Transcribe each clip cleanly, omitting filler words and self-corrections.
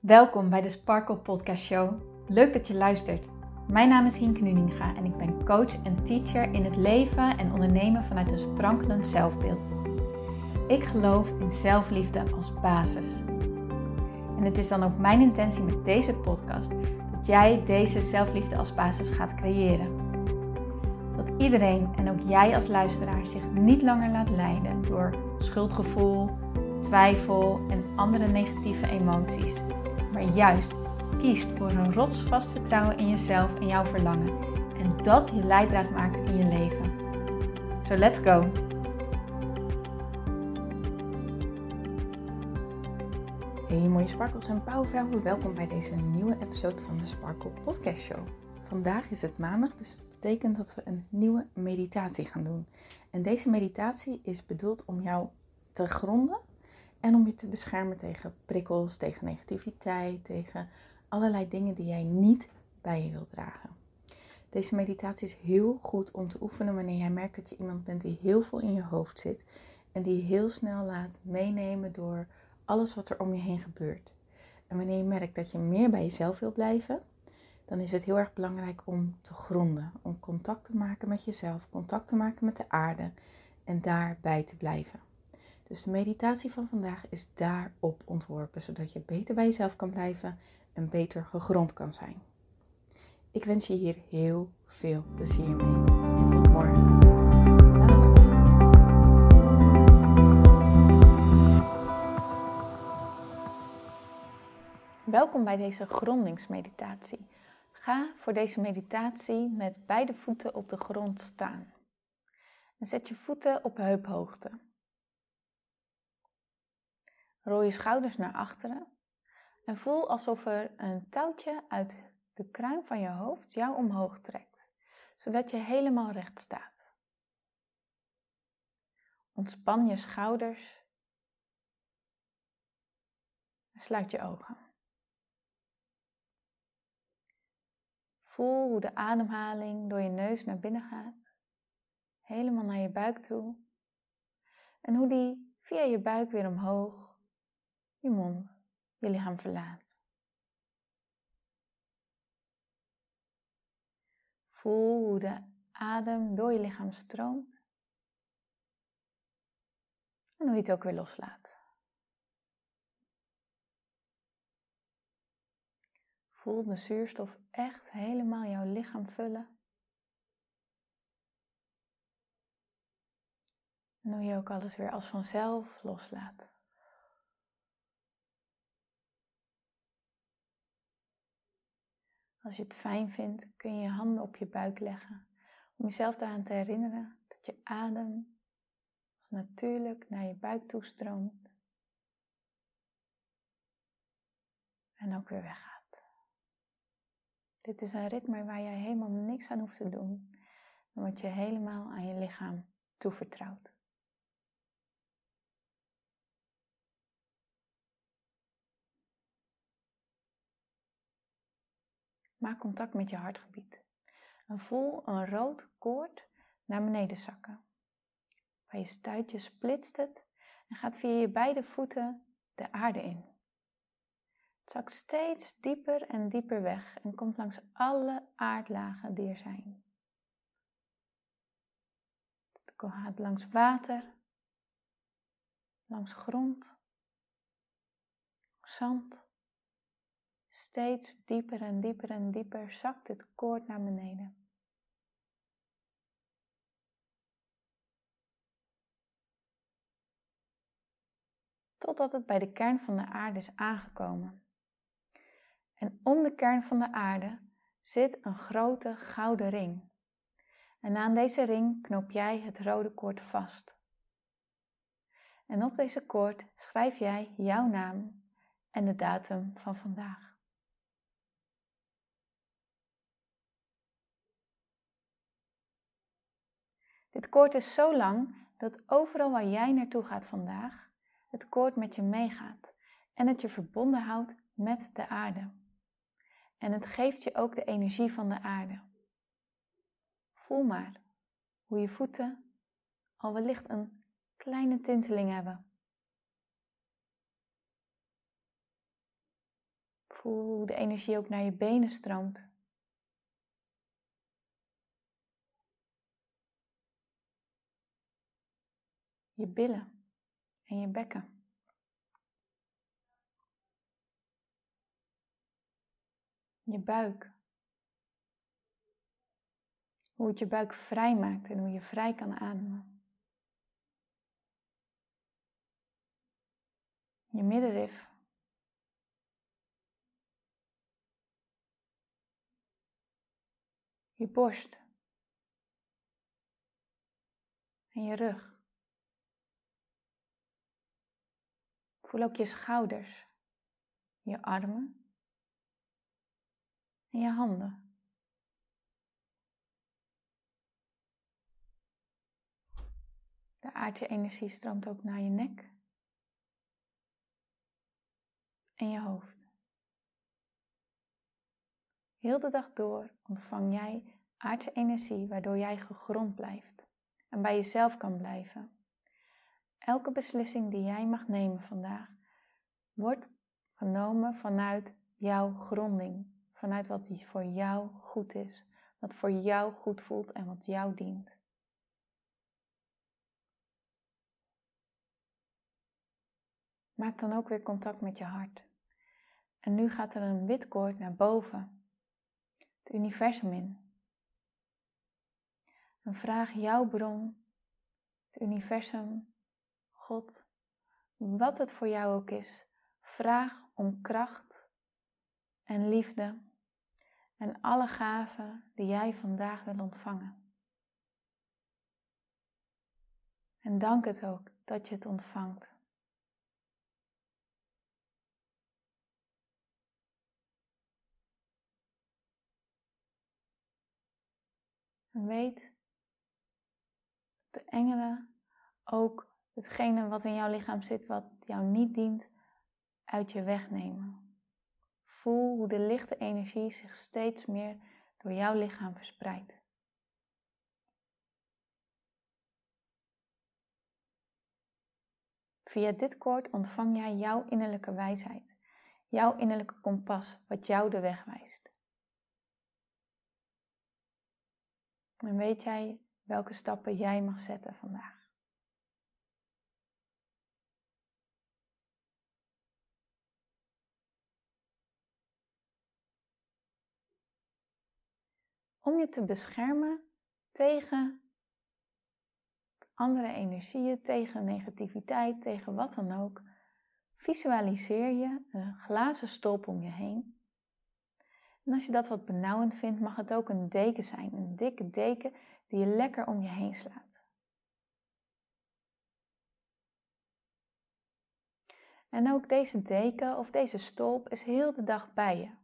Welkom bij de Sparkle Podcast Show. Leuk dat je luistert. Mijn naam is Hienke Nuninga en ik ben coach en teacher in het leven en ondernemen vanuit een sprankelend zelfbeeld. Ik geloof in zelfliefde als basis. En het is dan ook mijn intentie met deze podcast dat jij deze zelfliefde als basis gaat creëren. Dat iedereen en ook jij als luisteraar zich niet langer laat leiden door schuldgevoel, twijfel en andere negatieve emoties. Maar juist kiest voor een rotsvast vertrouwen in jezelf en jouw verlangen. En dat je leidraad maakt in je leven. So let's go! Hey mooie sparkels en pauwvrouwen, welkom bij deze nieuwe episode van de Sparkle Podcast Show. Vandaag is het maandag, dus dat betekent dat we een nieuwe meditatie gaan doen. En deze meditatie is bedoeld om jou te gronden en om je te beschermen tegen prikkels, tegen negativiteit, tegen allerlei dingen die jij niet bij je wilt dragen. Deze meditatie is heel goed om te oefenen wanneer jij merkt dat je iemand bent die heel veel in je hoofd zit en die je heel snel laat meenemen door alles wat er om je heen gebeurt. En wanneer je merkt dat je meer bij jezelf wil blijven, dan is het heel erg belangrijk om te gronden, om contact te maken met jezelf, contact te maken met de aarde en daarbij te blijven. Dus de meditatie van vandaag is daarop ontworpen, zodat je beter bij jezelf kan blijven en beter gegrond kan zijn. Ik wens je hier heel veel plezier mee en tot morgen. Dag. Welkom bij deze grondingsmeditatie. Ga voor deze meditatie met beide voeten op de grond staan. En zet je voeten op heuphoogte. Rol je schouders naar achteren en voel alsof er een touwtje uit de kruin van je hoofd jou omhoog trekt, zodat je helemaal recht staat. Ontspan je schouders en sluit je ogen. Voel hoe de ademhaling door je neus naar binnen gaat, helemaal naar je buik toe, en hoe die via je buik weer omhoog je mond, je lichaam verlaat. Voel hoe de adem door je lichaam stroomt en hoe je het ook weer loslaat. Voel de zuurstof echt helemaal jouw lichaam vullen. En hoe je ook alles weer als vanzelf loslaat. Als je het fijn vindt, kun je je handen op je buik leggen. Om jezelf eraan te herinneren dat je adem als natuurlijk naar je buik toestroomt. En ook weer weggaat. Dit is een ritme waar jij helemaal niks aan hoeft te doen. En wat je helemaal aan je lichaam toevertrouwt. Maak contact met je hartgebied. En voel een rood koord naar beneden zakken. Bij je stuitje splitst het en gaat via je beide voeten de aarde in. Het zakt steeds dieper en dieper weg en komt langs alle aardlagen die er zijn. Het gaat langs water, langs grond, zand. Steeds dieper en dieper en dieper zakt dit koord naar beneden. Totdat het bij de kern van de aarde is aangekomen. En om de kern van de aarde zit een grote gouden ring. En aan deze ring knoop jij het rode koord vast. En op deze koord schrijf jij jouw naam en de datum van vandaag. Dit koord is zo lang dat overal waar jij naartoe gaat vandaag, het koord met je meegaat en het je verbonden houdt met de aarde. En het geeft je ook de energie van de aarde. Voel maar hoe je voeten al wellicht een kleine tinteling hebben. Voel hoe de energie ook naar je benen stroomt. Je billen en je bekken. Je buik. Hoe het je buik vrij maakt en hoe je vrij kan ademen. Je middenrif. Je borst. En je rug. Voel ook je schouders. Je armen. En je handen. De aardse energie stroomt ook naar je nek. En je hoofd. Heel de dag door ontvang jij aardse energie waardoor jij gegrond blijft en bij jezelf kan blijven. Elke beslissing die jij mag nemen vandaag wordt genomen vanuit jouw gronding, vanuit wat voor jou goed is, wat voor jou goed voelt en wat jou dient. Maak dan ook weer contact met je hart. En nu gaat er een wit koord naar boven. Het universum in. En vraag jouw bron, het universum, God, wat het voor jou ook is. Vraag om kracht en liefde en alle gaven die jij vandaag wil ontvangen. En dank het ook dat je het ontvangt. En weet dat de engelen ook hetgene wat in jouw lichaam zit, wat jou niet dient, uit je wegnemen. Voel hoe de lichte energie zich steeds meer door jouw lichaam verspreidt. Via dit koord ontvang jij jouw innerlijke wijsheid, jouw innerlijke kompas, wat jou de weg wijst. En weet jij welke stappen jij mag zetten vandaag? Om je te beschermen tegen andere energieën, tegen negativiteit, tegen wat dan ook, visualiseer je een glazen stolp om je heen. En als je dat wat benauwend vindt, mag het ook een deken zijn, een dikke deken die je lekker om je heen slaat. En ook deze deken of deze stolp is heel de dag bij je.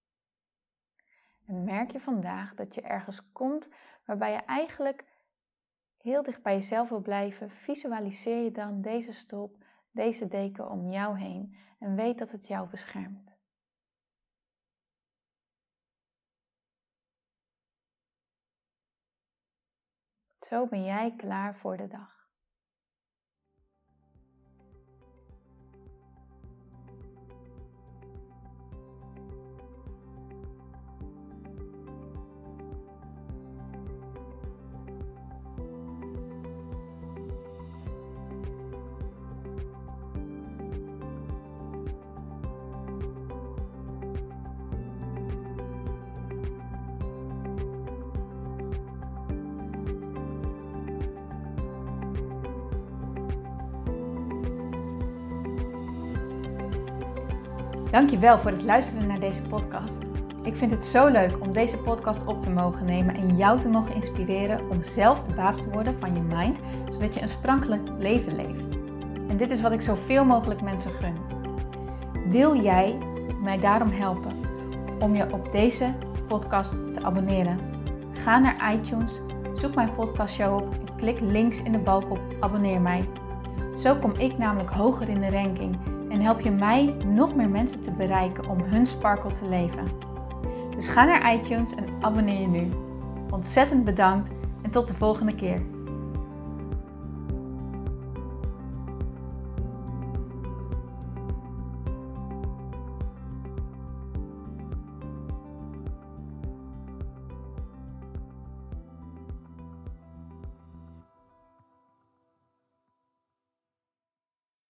En merk je vandaag dat je ergens komt waarbij je eigenlijk heel dicht bij jezelf wil blijven, visualiseer je dan deze stolp, deze deken om jou heen en weet dat het jou beschermt. Zo ben jij klaar voor de dag. Dankjewel voor het luisteren naar deze podcast. Ik vind het zo leuk om deze podcast op te mogen nemen en jou te mogen inspireren om zelf de baas te worden van je mind, zodat je een sprankelijk leven leeft. En dit is wat ik zoveel mogelijk mensen gun. Wil jij mij daarom helpen om je op deze podcast te abonneren? Ga naar iTunes, zoek mijn podcastshow op en klik links in de balk op abonneer mij. Zo kom ik namelijk hoger in de ranking en help je mij nog meer mensen te bereiken om hun sparkle te leven. Dus ga naar iTunes en abonneer je nu. Ontzettend bedankt en tot de volgende keer.